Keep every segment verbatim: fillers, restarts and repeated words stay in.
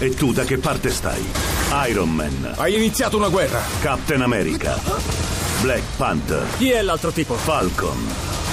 E tu da che parte stai? Iron Man. Hai iniziato una guerra. Captain America. Black Panther. Chi è l'altro tipo? Falcon.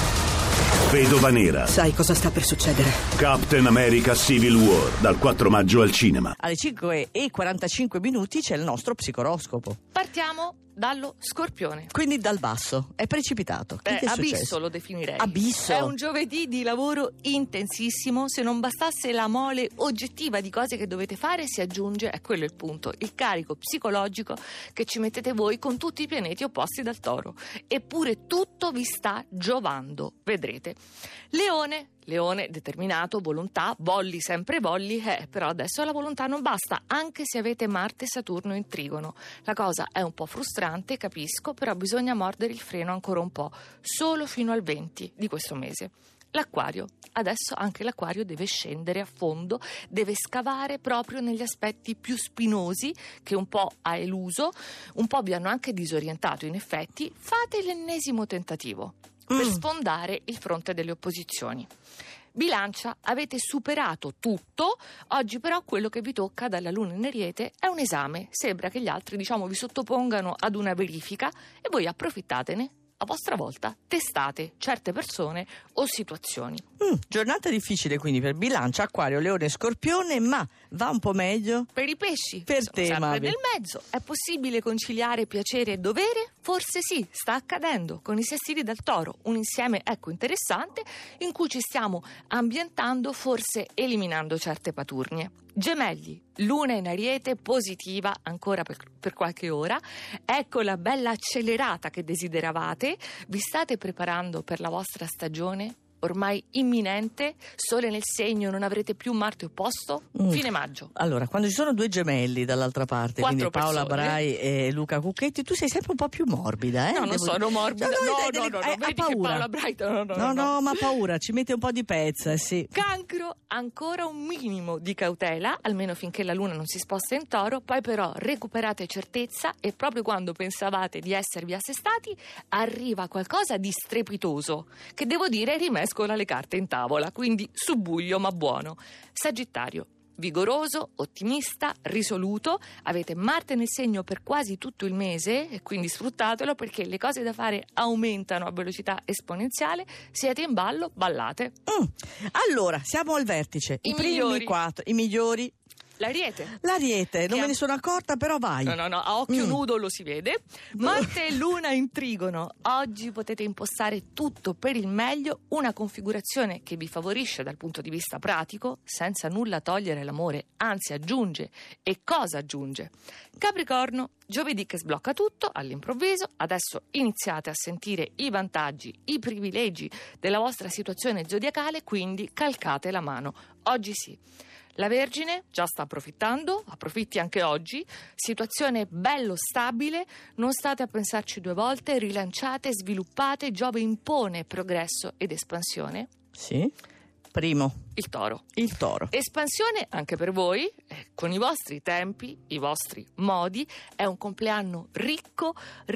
Vedova Nera. Sai cosa sta per succedere? Captain America Civil War, dal quattro maggio al cinema. Alle cinque e quarantacinque minuti c'è il nostro psicoroscopo. Partiamo dallo Scorpione. Quindi dal basso. È precipitato. Che Eh, che è abisso successo? lo definirei. Abisso? È un giovedì di lavoro intensissimo. Se non bastasse la mole oggettiva di cose che dovete fare, si aggiunge, è quello il punto, il carico psicologico che ci mettete voi con tutti i pianeti opposti dal Toro. Eppure tutto vi sta giovando, vedrete. Leone. Leone, determinato, volontà, volli sempre volli, eh, però adesso la volontà non basta, anche se avete Marte e Saturno in trigono. La cosa è un po' frustrante, capisco, però bisogna mordere il freno ancora un po', solo fino al venti di questo mese. L'Acquario, adesso anche l'Acquario deve scendere a fondo, deve scavare proprio negli aspetti più spinosi che un po' ha eluso, un po' vi hanno anche disorientato in effetti. Fate l'ennesimo tentativo per Mm. sfondare il fronte delle opposizioni. Bilancia, avete superato tutto, oggi però quello che vi tocca dalla Luna in Ariete è un esame. Sembra che gli altri, diciamo, vi sottopongano ad una verifica e voi approfittatene. A vostra volta testate certe persone o situazioni. Mm, giornata difficile quindi per Bilancia, Acquario, Leone e Scorpione, ma va un po' meglio? Per i pesci, Per sono te, sempre Mavi. nel mezzo. È possibile conciliare piacere e dovere? Forse sì, sta accadendo con i sestili del Toro, un insieme ecco interessante in cui ci stiamo ambientando, forse eliminando certe paturnie. Gemelli, Luna in Ariete positiva ancora per, per qualche ora. Ecco la bella accelerata che desideravate. Vi state preparando per la vostra stagione? Ormai imminente, Sole nel segno, non avrete più Marte opposto, Mm. fine maggio. Allora, quando ci sono due gemelli dall'altra parte, Quattro quindi Paola persone. Brai e Luca Cucchetti, tu sei sempre un po' più morbida, eh? No, non Devo sono dire. morbida. No, No, no, no, delle- no, no, eh, ha vedi che paura. Paola Bright, no, no, No, no, no, ma paura, ci mette un po' di pezza, sì. Cancro, ancora un minimo di cautela, almeno finché la Luna non si sposta in Toro, poi però recuperate certezza e proprio quando pensavate di esservi assestati arriva qualcosa di strepitoso, che devo dire rimescola le carte in tavola, quindi subbuglio ma buono. Sagittario. Vigoroso, ottimista, risoluto, avete Marte nel segno per quasi tutto il mese e quindi sfruttatelo perché le cose da fare aumentano a velocità esponenziale, siete in ballo, ballate. Mm. Allora, siamo al vertice. I primi migliori. quattro, i migliori. L'Ariete. L'Ariete, non Che me ha- ne sono accorta, però vai. No, no, no, a occhio Mm. nudo lo si vede. Marte e Luna in trigono. Oggi potete impostare tutto per il meglio, una configurazione che vi favorisce dal punto di vista pratico, senza nulla togliere l'amore, anzi aggiunge. E cosa aggiunge? Capricorno, giovedì che sblocca tutto all'improvviso, adesso iniziate a sentire i vantaggi, i privilegi della vostra situazione zodiacale, quindi calcate la mano. Oggi sì. La Vergine già sta approfittando, approfitti anche oggi, situazione bello stabile, non state a pensarci due volte, rilanciate, sviluppate, Giove impone progresso ed espansione. Sì. Primo, Il Toro. il Toro. Espansione anche per voi, eh, con i vostri tempi, i vostri modi, è un compleanno ricco,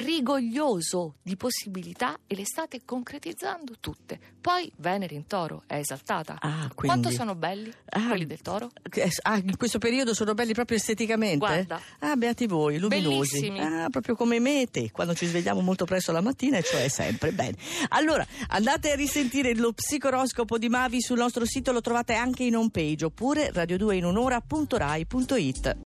rigoglioso di possibilità e le state concretizzando tutte. Poi Venere in Toro è esaltata. Ah, quindi. Quanto sono belli Ah, quelli del Toro? Eh, Ah, in questo periodo sono belli proprio esteticamente? Guarda. Ah, beati voi, luminosi. Bellissimi. Ah, proprio come me e te, quando ci svegliamo molto presto la mattina, e cioè sempre bene. Allora, andate a risentire lo psicoroscopo di Mavi sul nostro sito, lo trovate anche in home page, oppure radio due in un'ora punto rai punto it.